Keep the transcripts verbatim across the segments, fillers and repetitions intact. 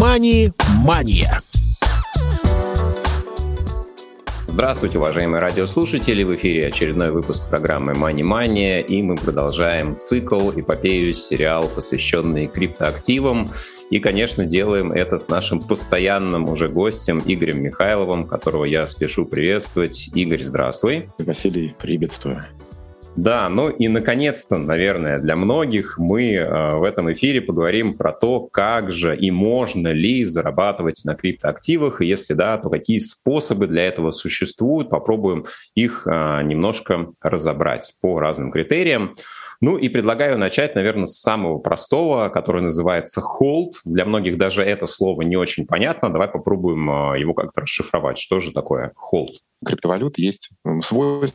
Мани-мания. Здравствуйте, уважаемые радиослушатели! В эфире очередной выпуск программы «Мани-мания», и мы продолжаем цикл, эпопею, сериал, посвященный криптоактивам. И, конечно, делаем это с нашим постоянным уже гостем Игорем Михайловым, которого я спешу приветствовать. Игорь, здравствуй! Василий, приветствую! Да, ну и наконец-то, наверное, для многих мы э, в этом эфире поговорим про то, как же и можно ли зарабатывать на криптоактивах, и если да, то какие способы для этого существуют. Попробуем их э, немножко разобрать по разным критериям. Ну и предлагаю начать, наверное, с самого простого, который называется hold. Для многих даже это слово не очень понятно. Давай попробуем э, его как-то расшифровать. Что же такое hold? У криптовалют есть свойства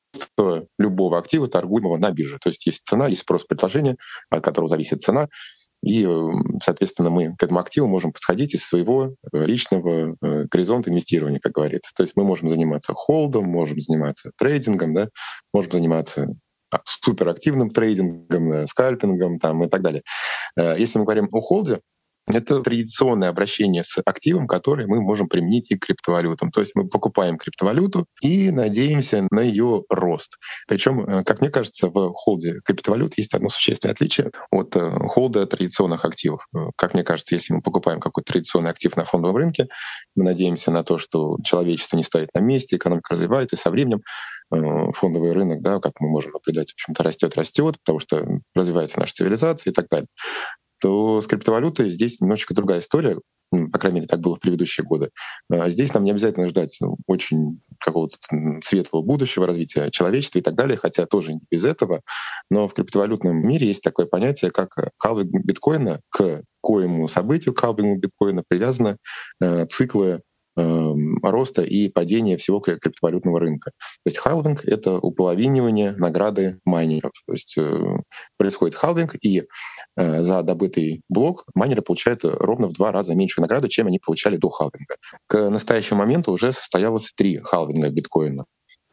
любого актива, торгуемого на бирже. То есть есть цена, есть спрос, предложение, от которого зависит цена. И, соответственно, мы к этому активу можем подходить из своего личного горизонта инвестирования, как говорится. То есть мы можем заниматься холдом, можем заниматься трейдингом, да, можем заниматься суперактивным трейдингом, скальпингом там, и так далее. Если мы говорим о холде, это традиционное обращение с активом, который мы можем применить и к криптовалютам. То есть мы покупаем криптовалюту и надеемся на ее рост. Причем, как мне кажется, в холде криптовалют есть одно существенное отличие от холда традиционных активов. Как мне кажется, если мы покупаем какой-то традиционный актив на фондовом рынке, мы надеемся на то, что человечество не стоит на месте, экономика развивается, и со временем фондовый рынок, да, как мы можем наблюдать, в общем-то, растет, растет, потому что развивается наша цивилизация и так далее. То с криптовалютой здесь немножечко другая история, по крайней мере, так было в предыдущие годы. Здесь нам не обязательно ждать очень какого-то светлого будущего, развития человечества и так далее, хотя тоже не без этого. Но в криптовалютном мире есть такое понятие, как халвинг биткоина. К коему событию, к халвингу биткоина, привязаны циклы роста и падения всего криптовалютного рынка. То есть халвинг — это уполовинивание награды майнеров. То есть происходит халвинг, и за добытый блок майнеры получают ровно в два раза меньшую награду, чем они получали до халвинга. К настоящему моменту уже состоялось три халвинга биткоина.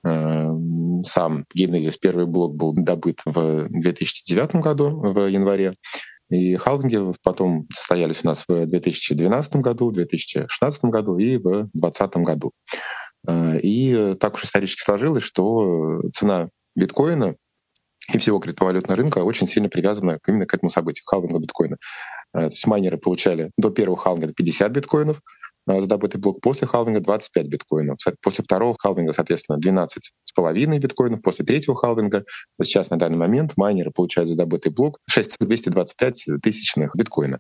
Сам Генезис, первый блок, был добыт в две тысячи девятом году, в январе. И халвинги потом состоялись у нас в две тысячи двенадцатом году, в две тысячи шестнадцатом году и в две тысячи двадцатом году. И так уж исторически сложилось, что цена биткоина и всего криптовалютного рынка очень сильно привязана именно к этому событию, к халвингу биткоина. То есть майнеры получали до первого халвинга пятьдесят биткоинов за добытый блок, после халвинга двадцать пять биткоинов, после второго халвинга, соответственно, двенадцать с половиной биткоинов, после третьего халвинга, сейчас на данный момент майнеры получают за добытый блок шесть целых двести двадцать пять тысячных биткоина.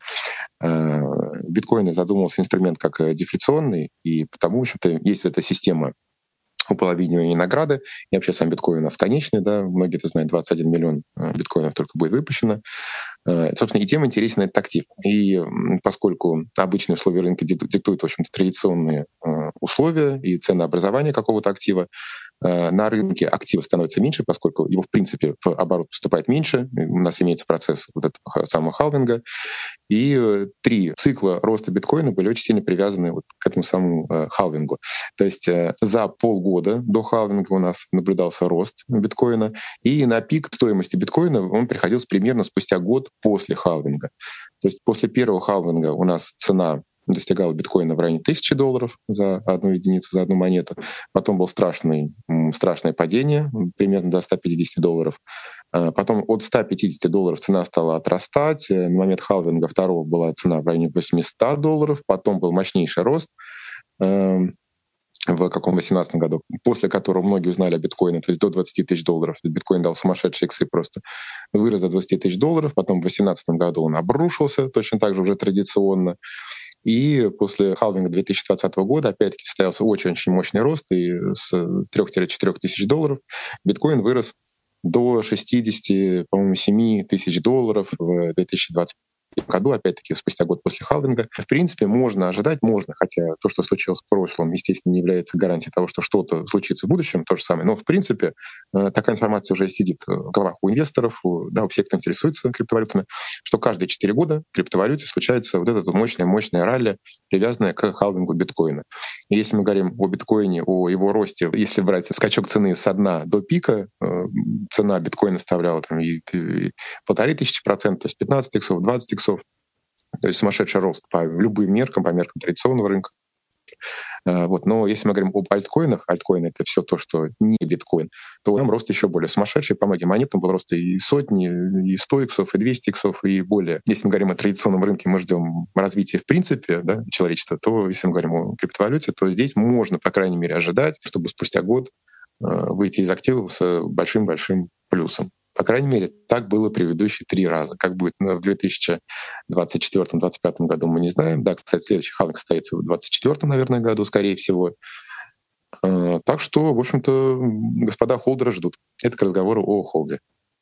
Биткоин задумывался инструмент как дефляционный, и потому, в общем-то, есть эта система уполовинивания награды, и вообще сам биткоин у нас конечный, да, многие это знают, двадцать один миллион биткоинов только будет выпущено. Собственно, и тем интересен этот актив. И поскольку обычные условия рынка диктуют, в общем-то, традиционные условия и ценообразование какого-то актива, на рынке актива становится меньше, поскольку его, в принципе, в оборот поступает меньше. У нас имеется процесс вот этого самого халвинга. И три цикла роста биткоина были очень сильно привязаны вот к этому самому халвингу. То есть за полгода до халвинга у нас наблюдался рост биткоина, и на пик стоимости биткоина он приходился примерно спустя год после халвинга. То есть после первого халвинга у нас цена достигала биткоина в районе тысячи долларов за одну единицу, за одну монету. Потом было страшное, страшное падение, примерно до ста пятидесяти долларов. Потом от ста пятидесяти долларов цена стала отрастать. На момент халвинга второго была цена в районе восьмисот долларов. Потом был мощнейший рост в каком восемнадцатом году, после которого многие узнали о биткоине, то есть до двадцати тысяч долларов. Биткоин дал сумасшедшие иксы просто. Вырос до двадцати тысяч долларов, потом в восемнадцатом году он обрушился, точно так же уже традиционно. И после халвинга две тысячи двадцатого года опять-таки состоялся очень-очень мощный рост, и с трёх-четырёх тысяч долларов биткоин вырос до шестидесяти, по-моему, семи тысяч долларов в две тысячи двадцать году, опять-таки, спустя год после халвинга. В принципе, можно ожидать, можно, хотя то, что случилось в прошлом, естественно, не является гарантией того, что что-то случится в будущем, то же самое. Но, в принципе, такая информация уже сидит в головах у инвесторов, у, да, у всех, кто интересуется криптовалютами, что каждые четыре года в криптовалюте случается вот это мощное-мощное ралли, привязанное к халвингу биткоина. И если мы говорим о биткоине, о его росте, если брать скачок цены со дна до пика, цена биткоина составляла там и полторы тысячи процентов, то есть пятнадцать иксов, двадцать иксов. То есть сумасшедший рост по любым меркам, по меркам традиционного рынка. Вот. Но если мы говорим об альткоинах, альткоины — это все то, что не биткоин, то там рост еще более сумасшедший. По многим монетам был рост и сотни, и сто иксов, и двести иксов, и более. Если мы говорим о традиционном рынке, мы ждем развития в принципе, да, человечества, то если мы говорим о криптовалюте, то здесь можно, по крайней мере, ожидать, чтобы спустя год выйти из активов с большим-большим плюсом. По крайней мере, так было предыдущие три раза. Как будет в две тысячи двадцать четвёртом — две тысячи двадцать пятом году, мы не знаем. Да, кстати, следующий халвинг состоится в две тысячи двадцать четвёртом, наверное, году, скорее всего. Так что, в общем-то, господа холдеры ждут. Это к разговору о холде.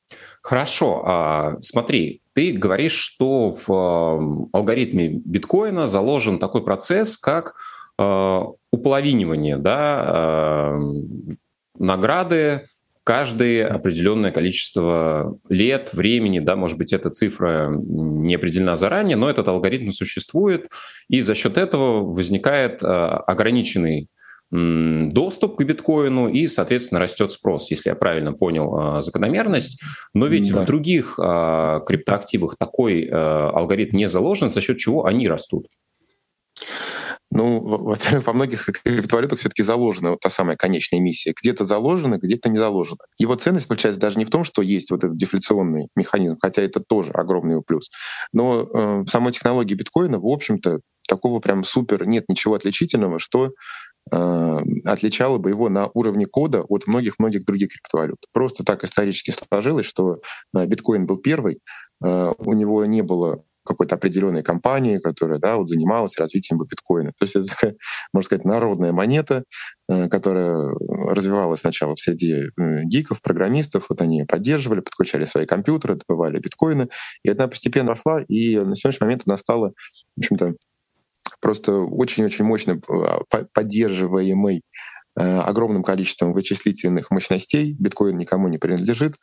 Хорошо. Смотри, ты говоришь, что в алгоритме биткоина заложен такой процесс, как уполовинивание, да, награды каждое определенное количество лет, времени, да, может быть, эта цифра не определена заранее, но этот алгоритм существует, и за счет этого возникает ограниченный доступ к биткоину, и, соответственно, растет спрос, если я правильно понял закономерность. Но ведь да. в других криптоактивах такой алгоритм не заложен, за счет чего они растут. Ну, во-первых, во многих криптовалютах все-таки заложена вот та самая конечная эмиссия. Где-то заложена, где-то не заложена. Его ценность заключается даже не в том, что есть вот этот дефляционный механизм, хотя это тоже огромный его плюс. Но э, в самой технологии биткоина, в общем-то, такого прям супер нет ничего отличительного, что э, отличало бы его на уровне кода от многих-многих других криптовалют. Просто так исторически сложилось, что э, биткоин был первый, э, у него не было какой-то определенной компании, которая, да, вот занималась развитием биткоина. То есть это такая, можно сказать, народная монета, которая развивалась сначала в среде гиков, программистов. Вот они поддерживали, подключали свои компьютеры, добывали биткоины. И она постепенно росла, и на сегодняшний момент она стала, в общем-то, просто очень-очень мощно поддерживаемой огромным количеством вычислительных мощностей. Биткоин никому не принадлежит.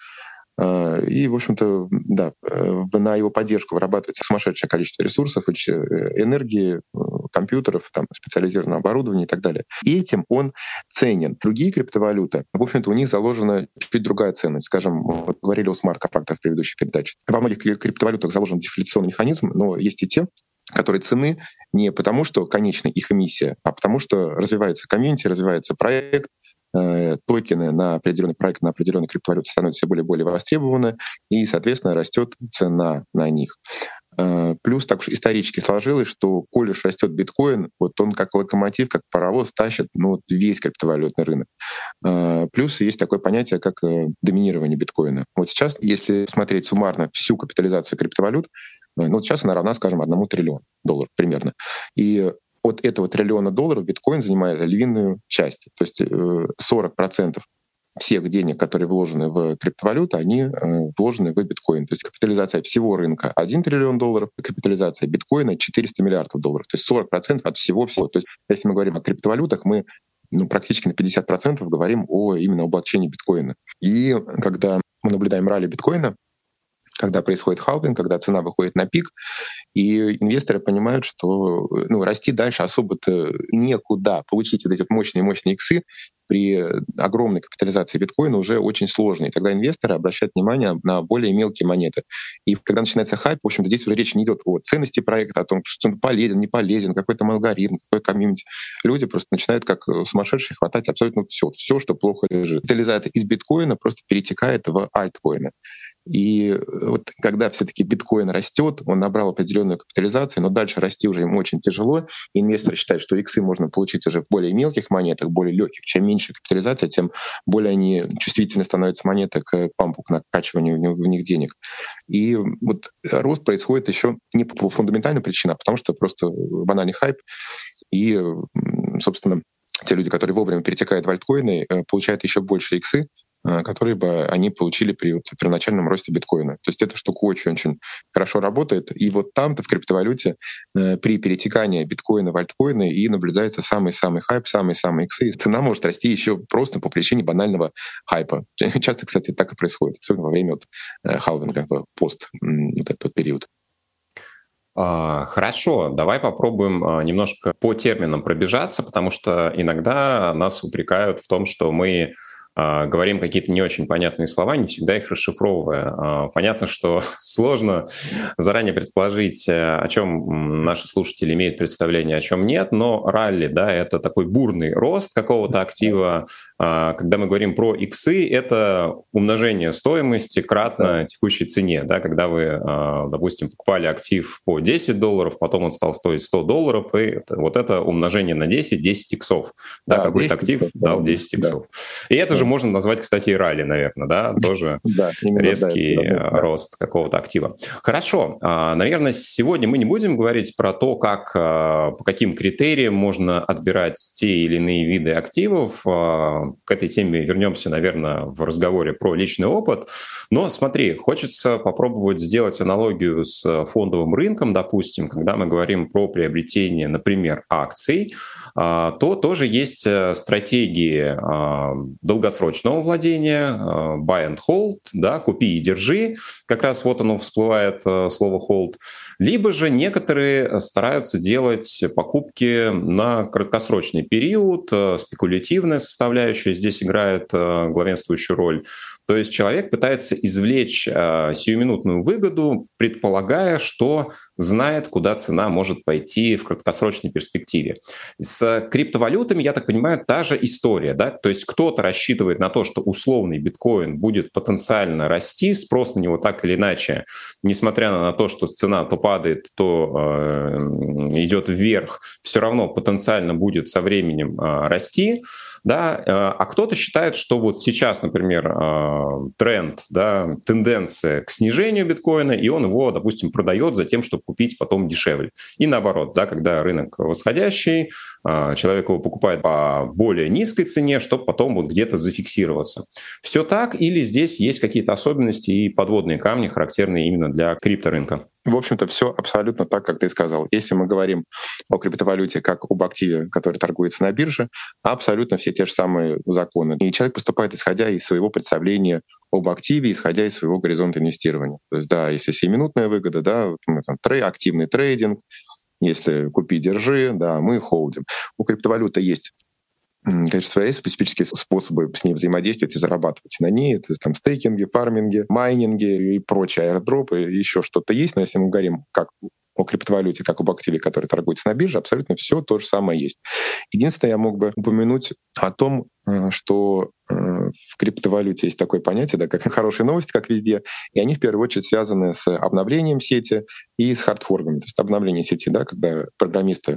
И, в общем-то, да, на его поддержку вырабатывается сумасшедшее количество ресурсов, энергии, компьютеров, там, специализированного оборудования и так далее. И этим он ценен. Другие криптовалюты, в общем-то, у них заложена чуть другая ценность. Скажем, вот говорили о смарт-контрактах в предыдущей передаче. Во многих криптовалютах заложен дефляционный механизм, но есть и те, которые цены не потому, что конечная их эмиссия, а потому что развивается комьюнити, развивается проект, э, токены на определенный проект, на определенной криптовалюте становятся все более и более востребованы, и, соответственно, растет цена на них. Э, плюс так уж исторически сложилось, что коль уж растет биткоин, вот он как локомотив, как паровоз тащит ну, весь криптовалютный рынок. Э, плюс есть такое понятие, как э, доминирование биткоина. Вот сейчас, если смотреть суммарно всю капитализацию криптовалют, ну, вот сейчас она равна, скажем, одному триллиону долларов примерно. И от этого триллиона долларов биткоин занимает львиную часть. То есть сорок процентов всех денег, которые вложены в криптовалюту, они вложены в биткоин. То есть капитализация всего рынка один триллион долларов, капитализация биткоина четыреста миллиардов долларов. То есть сорок процентов от всего-всего. То есть если мы говорим о криптовалютах, мы ну, практически на пятьдесят процентов говорим о именно о блокчейне биткоина. И когда мы наблюдаем ралли биткоина, когда происходит халвинг, когда цена выходит на пик, и инвесторы понимают, что ну, расти дальше особо-то некуда. Получить вот эти мощные-мощные иксы при огромной капитализации биткоина уже очень сложно. И тогда инвесторы обращают внимание на более мелкие монеты. И когда начинается хайп, в общем-то, здесь уже речь не идет о ценности проекта, о том, что он полезен, не полезен, какой там алгоритм, какой комьюнити. Люди просто начинают как сумасшедшие хватать абсолютно все, все, что плохо лежит. Капитализация из биткоина просто перетекает в альткоины. И вот когда все-таки биткоин растет, он набрал определенную капитализацию, но дальше расти уже ему очень тяжело. И инвесторы считают, что иксы можно получить уже в более мелких монетах, более легких. Чем меньше капитализация, тем более они чувствительны становятся монеты к пампу, к накачиванию в них денег. И вот рост происходит еще не по фундаментальным причинам, а потому что просто банальный хайп. И, собственно, те люди, которые вовремя перетекают в альткоины, получают еще больше иксы, которые бы они получили при вот, первоначальном росте биткоина. То есть эта штука очень-очень хорошо работает. И вот там-то в криптовалюте э, при перетекании биткоина в альткоины и наблюдается самый-самый хайп, самые-самые иксы. И цена может расти еще просто по причине банального хайпа. Часто, кстати, так и происходит, особенно во время вот, э, халвинга, пост вот этот период. Хорошо, давай попробуем немножко по терминам пробежаться, потому что иногда нас упрекают в том, что мы э, говорим какие-то не очень понятные слова, не всегда их расшифровывая. Э, понятно, что сложно заранее предположить, о чем наши слушатели имеют представление, о чем нет, но ралли, да, это такой бурный рост какого-то актива. Э, когда мы говорим про иксы, это умножение стоимости кратно текущей цене, да, когда вы, э, допустим, покупали актив по десять долларов, потом он стал стоить сто долларов, и это, вот это умножение на десять, десять иксов. Да, да, какой-то актив иксов, дал десять иксов. Да. И это да. же можно назвать, кстати, и ралли, наверное, да, тоже да, резкий да, да, рост да. какого-то актива. Хорошо, наверное, сегодня мы не будем говорить про то, как, по каким критериям можно отбирать те или иные виды активов. К этой теме вернемся, наверное, в разговоре про личный опыт. Но смотри, хочется попробовать сделать аналогию с фондовым рынком, допустим, когда мы говорим про приобретение, например, акций, то тоже есть стратегии долгосрочного владения, buy and hold, да, купи и держи, как раз вот оно всплывает слово hold, либо же некоторые стараются делать покупки на краткосрочный период, спекулятивная составляющая здесь играет главенствующую роль. То есть человек пытается извлечь э, сиюминутную выгоду, предполагая, что знает, куда цена может пойти в краткосрочной перспективе. С криптовалютами, я так понимаю, та же история. Да? То есть кто-то рассчитывает на то, что условный биткоин будет потенциально расти, спрос на него так или иначе, несмотря на то, что цена то падает, то э, идет вверх, все равно потенциально будет со временем э, расти. Да? А кто-то считает, что вот сейчас, например, тренд, да, тенденция к снижению биткоина, и он его, допустим, продает за тем, чтобы купить потом дешевле. И наоборот, да, когда рынок восходящий, человек его покупает по более низкой цене, чтобы потом вот где-то зафиксироваться. Все так или здесь есть какие-то особенности и подводные камни, характерные именно для крипторынка? В общем-то, все абсолютно так, как ты сказал. Если мы говорим о криптовалюте как об активе, который торгуется на бирже, абсолютно все те же самые законы. И человек поступает исходя из своего представления об активе, исходя из своего горизонта инвестирования. То есть, да, если семиминутная выгода, да, там, трей, активный трейдинг, если купи-держи, да, мы холдим. У криптовалюты есть, конечно, свои специфические способы с ней взаимодействовать и зарабатывать на ней. Это там стейкинги, фарминги, майнинги и прочие аирдропы, еще что-то есть. Но если мы говорим как о криптовалюте, как об активе, который торгуется на бирже, абсолютно все то же самое есть. Единственное, я мог бы упомянуть о том, что в криптовалюте есть такое понятие, да, как хорошие новости, как везде, и они в первую очередь связаны с обновлением сети и с хардфорками. То есть обновление сети, да, когда программисты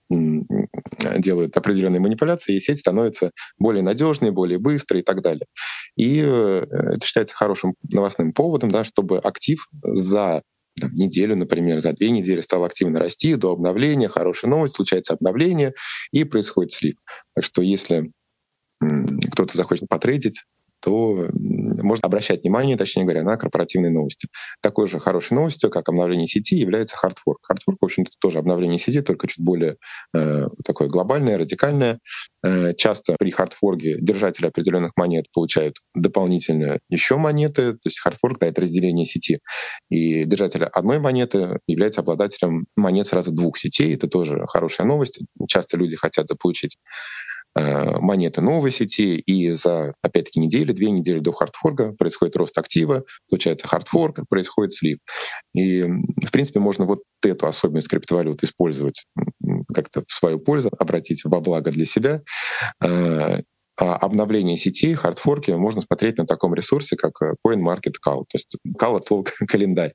делают определенные манипуляции, и сеть становится более надежной, более быстрой и так далее. И это считается хорошим новостным поводом, да, чтобы актив за там, неделю, например, за две недели стал активно расти до обновления, хорошая новость, случается обновление, и происходит слив. Так что если кто-то захочет потрейдить, то можно обращать внимание, точнее говоря, на корпоративные новости. Такой же хорошей новостью, как обновление сети, является хардфорк. Хардфорк, в общем-то, тоже обновление сети, только чуть более э, такое глобальное, радикальное. Э, часто при хардфорке держатели определенных монет получают дополнительные еще монеты, то есть хардфорк, да, это разделение сети. И держатель одной монеты является обладателем монет сразу двух сетей. Это тоже хорошая новость. Часто люди хотят заполучить монеты новой сети, и за, опять-таки, неделю, две недели до хардфорка происходит рост актива, случается хардфорк, происходит слив. И, в принципе, можно вот эту особенность криптовалют использовать как-то в свою пользу, обратить во благо для себя. А обновление сетей, хардфорки можно смотреть на таком ресурсе, как CoinMarketCal. То есть call от слова календарь.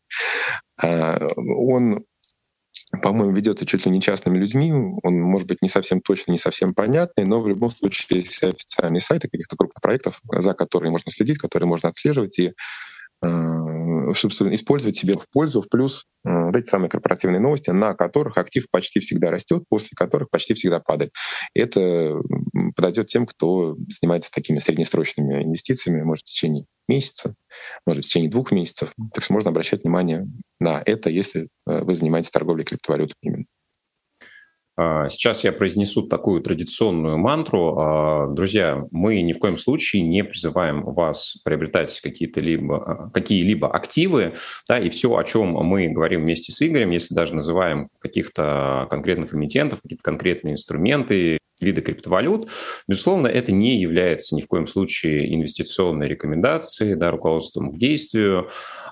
Он, по-моему, ведется чуть ли не частными людьми, он может быть не совсем точный, не совсем понятный, но в любом случае есть официальные сайты каких-то крупных проектов, за которые можно следить, которые можно отслеживать и собственно, использовать себе в пользу, в плюс вот эти самые корпоративные новости, на которых актив почти всегда растет, после которых почти всегда падает. И это подойдет тем, кто занимается такими среднесрочными инвестициями, может, в течение месяца, может, в течение двух месяцев. Так что можно обращать внимание на это, если вы занимаетесь торговлей криптовалютами именно. Сейчас я произнесу такую традиционную мантру. Друзья, мы ни в коем случае не призываем вас приобретать какие-то либо, какие-либо активы, да, и все, о чем мы говорим вместе с Игорем, если даже называем каких-то конкретных эмитентов, какие-то конкретные инструменты, виды криптовалют, безусловно, это не является ни в коем случае инвестиционной рекомендацией, да, руководством к действию.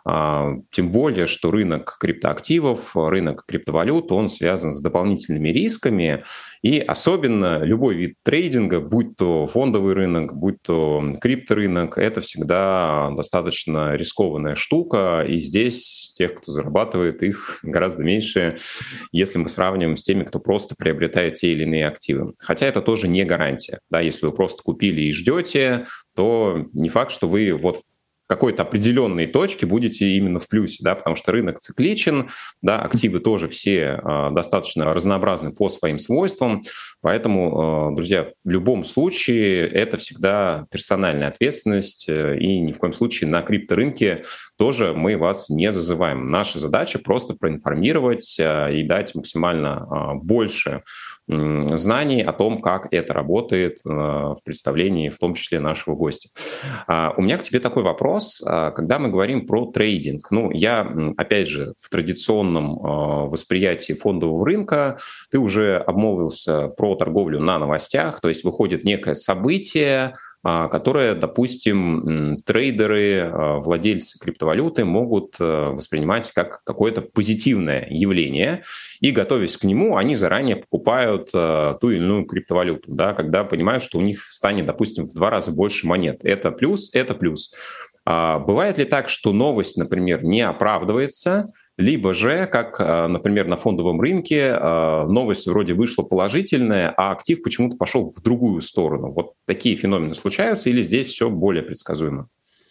Тем более, что рынок криптоактивов, рынок криптовалют, он связан с дополнительными рисками, и особенно любой вид трейдинга, будь то фондовый рынок, будь то крипторынок, это всегда достаточно рискованная штука, и здесь тех, кто зарабатывает, их гораздо меньше, если мы сравниваем с теми, кто просто приобретает те или иные активы. Хотя это тоже не гарантия. Да, если вы просто купили и ждете, то не факт, что вы вот какой-то определенной точке будете именно в плюсе, да, потому что рынок цикличен, да, активы тоже все э, достаточно разнообразны по своим свойствам, поэтому, э, друзья, в любом случае это всегда персональная ответственность, э, и ни в коем случае на крипторынке тоже мы вас не зазываем. Наша задача просто проинформировать э, и дать максимально э, больше знаний о том, как это работает в представлении, в том числе нашего гостя. У меня к тебе такой вопрос. Когда мы говорим про трейдинг, ну, я, опять же, в традиционном восприятии фондового рынка, ты уже обмолвился про торговлю на новостях, то есть выходит некое событие, которые, допустим, трейдеры, владельцы криптовалюты могут воспринимать как какое-то позитивное явление, и, готовясь к нему, они заранее покупают ту или иную криптовалюту, да, когда понимают, что у них станет, допустим, в два раза больше монет. Это плюс, это плюс. А бывает ли так, что новость, например, не оправдывается, либо же, как, например, на фондовом рынке, новость вроде вышла положительная, а актив почему-то пошел в другую сторону? Вот такие феномены случаются, или здесь все более предсказуемо?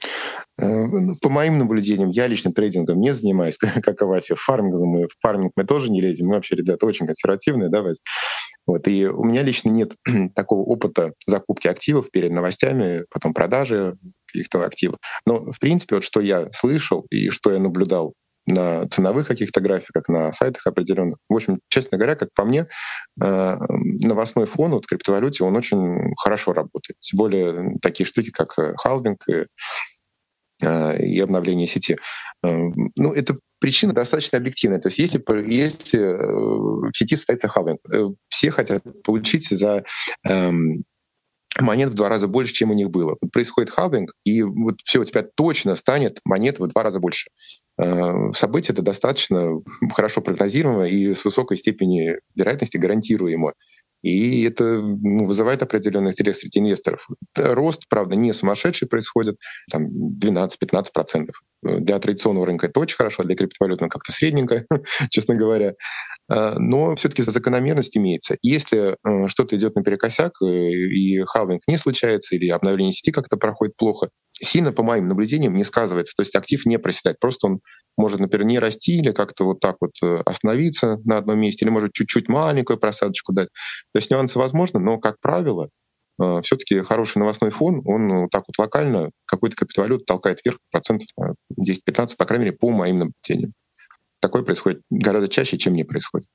По моим наблюдениям, я лично трейдингом не занимаюсь, как и Вася, фармингом. Мы, в фарминг мы тоже не лезем, мы вообще, ребята, очень консервативные, да, Вася? Вот, и у меня лично нет такого опыта закупки активов перед новостями, потом продажи каких-то активов. Но, в принципе, вот что я слышал и что я наблюдал на ценовых каких-то графиках, на сайтах определенных. В общем, честно говоря, как по мне, новостной фон вот в криптовалюте, он очень хорошо работает. Тем более такие штуки, как халвинг и, и обновление сети. Ну, это причина достаточно объективная. То есть если, если в сети состоится халвинг, все хотят получить за монет в два раза больше, чем у них было. Вот происходит халвинг, и вот все, у тебя точно станет монет в два раза больше. Событие это достаточно хорошо прогнозируемо и с высокой степенью вероятности гарантируемо. И это ну, вызывает определенный интерес среди инвесторов. Рост, правда, не сумасшедший происходит, там двенадцать-пятнадцать процентов. Для традиционного рынка это очень хорошо, для криптовалютного как-то средненько, честно говоря. Но все-таки закономерность имеется. Если что-то идет наперекосяк, и халвинг не случается, или обновление сети как-то проходит плохо, сильно, по моим наблюдениям, не сказывается. То есть актив не проседает. Просто он может, например, не расти или как-то вот так вот остановиться на одном месте, или может чуть-чуть маленькую просадочку дать. То есть нюансы возможны, но, как правило, все-таки хороший новостной фон, он вот так вот локально какой-то криптовалюту толкает вверх процентов десять-пятнадцать, по крайней мере, по моим наблюдениям. Такое происходит гораздо чаще, чем не происходит.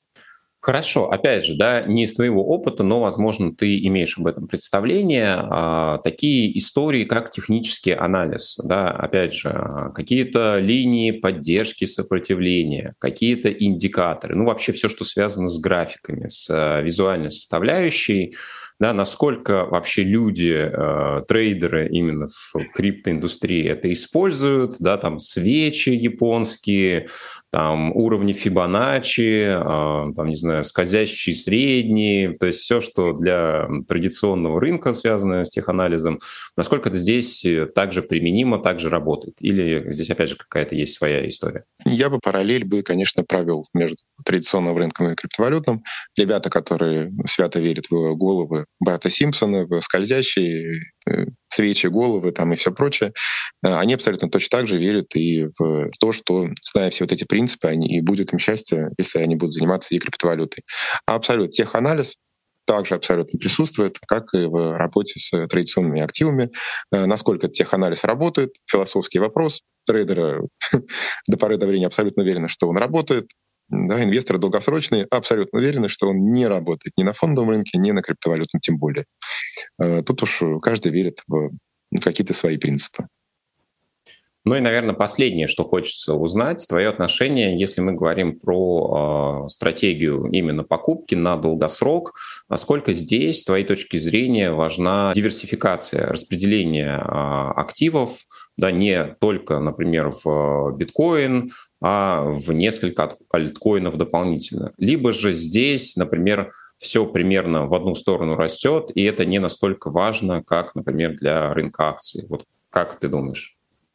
Хорошо, опять же, да, не из твоего опыта, но, возможно, ты имеешь об этом представление. А, такие истории, как технический анализ, да, опять же, какие-то линии поддержки сопротивления, какие-то индикаторы, ну, вообще все, что связано с графиками, с а, визуальной составляющей, да, насколько вообще люди, э, трейдеры именно в криптоиндустрии это используют, да, там свечи японские, там уровни Фибоначчи, э, там, не знаю, скользящие средние, то есть все, что для традиционного рынка связано с теханализом, насколько это здесь также применимо, также работает? Или здесь, опять же, какая-то есть своя история? Я бы параллель бы, конечно, провел между традиционным рынком и криптовалютным. Ребята, которые свято верят в головы Барта Симпсона, в скользящие свечи, головы там и все прочее, они абсолютно точно так же верят и в то, что, зная все вот эти принципы, они, и будет им счастье, если они будут заниматься и криптовалютой. А абсолютно теханализ также абсолютно присутствует, как и в работе с традиционными активами. Насколько теханализ работает, философский вопрос. Трейдеры до поры до времени абсолютно уверены, что он работает. Да, инвесторы долгосрочные абсолютно уверены, что он не работает ни на фондовом рынке, ни на криптовалютном тем более. Тут уж каждый верит в какие-то свои принципы. Ну и, наверное, последнее, что хочется узнать, твое отношение, если мы говорим про э, стратегию именно покупки на долгосрок, насколько здесь, с твоей точки зрения, важна диверсификация, распределение э, активов, да, не только, например, в биткоин, а в несколько альткоинов дополнительно. Либо же здесь, например, все примерно в одну сторону растет, и это не настолько важно, как, например, для рынка акций. Вот как ты думаешь?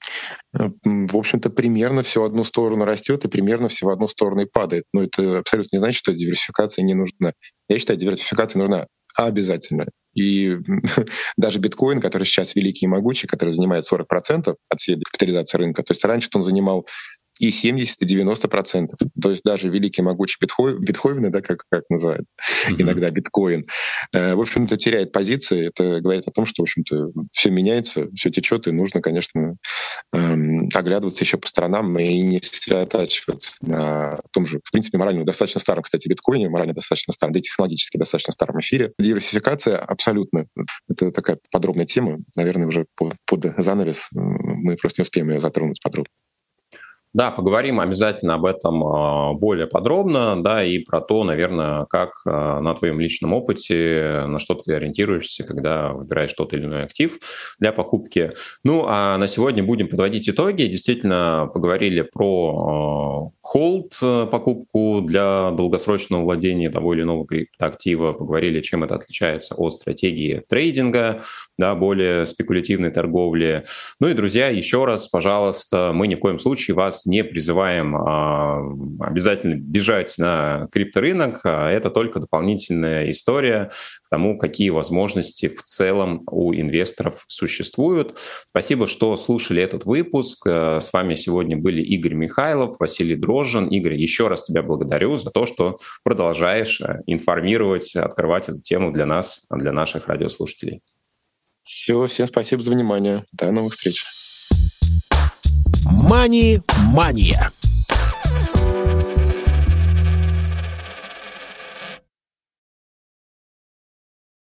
В общем-то, примерно все в одну сторону растет и примерно все в одну сторону и падает. Но это абсолютно не значит, что диверсификация не нужна. Я считаю, диверсификация нужна обязательно. И даже биткоин, который сейчас великий и могучий, который занимает сорок процентов от всей капитализации рынка, то есть раньше он занимал и семьдесят, и девяносто процентов. То есть даже великий могучий битхой, битховены, да, как, как называют mm-hmm. иногда биткоин, э, в общем-то, теряет позиции. Это говорит о том, что, в общем-то, все меняется, все течет, и нужно, конечно, э, оглядываться еще по сторонам и не сосредотачиваться на том же, в принципе, морально достаточно старом, кстати, биткоине, морально достаточно старом, да и технологически достаточно старом эфире. Диверсификация абсолютно. Это такая подробная тема. Наверное, уже под, под занавес мы просто не успеем ее затронуть подробно. Да, поговорим обязательно об этом более подробно, да, и про то, наверное, как на твоем личном опыте, на что ты ориентируешься, когда выбираешь тот или иной актив для покупки. Ну, а на сегодня будем подводить итоги. Действительно, поговорили про холд, покупку для долгосрочного владения того или иного криптоактива, поговорили, чем это отличается от стратегии трейдинга, да, более спекулятивной торговли. Ну и, друзья, еще раз, пожалуйста, мы ни в коем случае вас не призываем а, обязательно бежать на крипторынок, а это только дополнительная история к тому, какие возможности в целом у инвесторов существуют. Спасибо, что слушали этот выпуск. С вами сегодня были Игорь Михайлов, Василий Дрожжин. Игорь, еще раз тебя благодарю за то, что продолжаешь информировать, открывать эту тему для нас, для наших радиослушателей. Все, всем спасибо за внимание. До новых встреч. Мани-мания.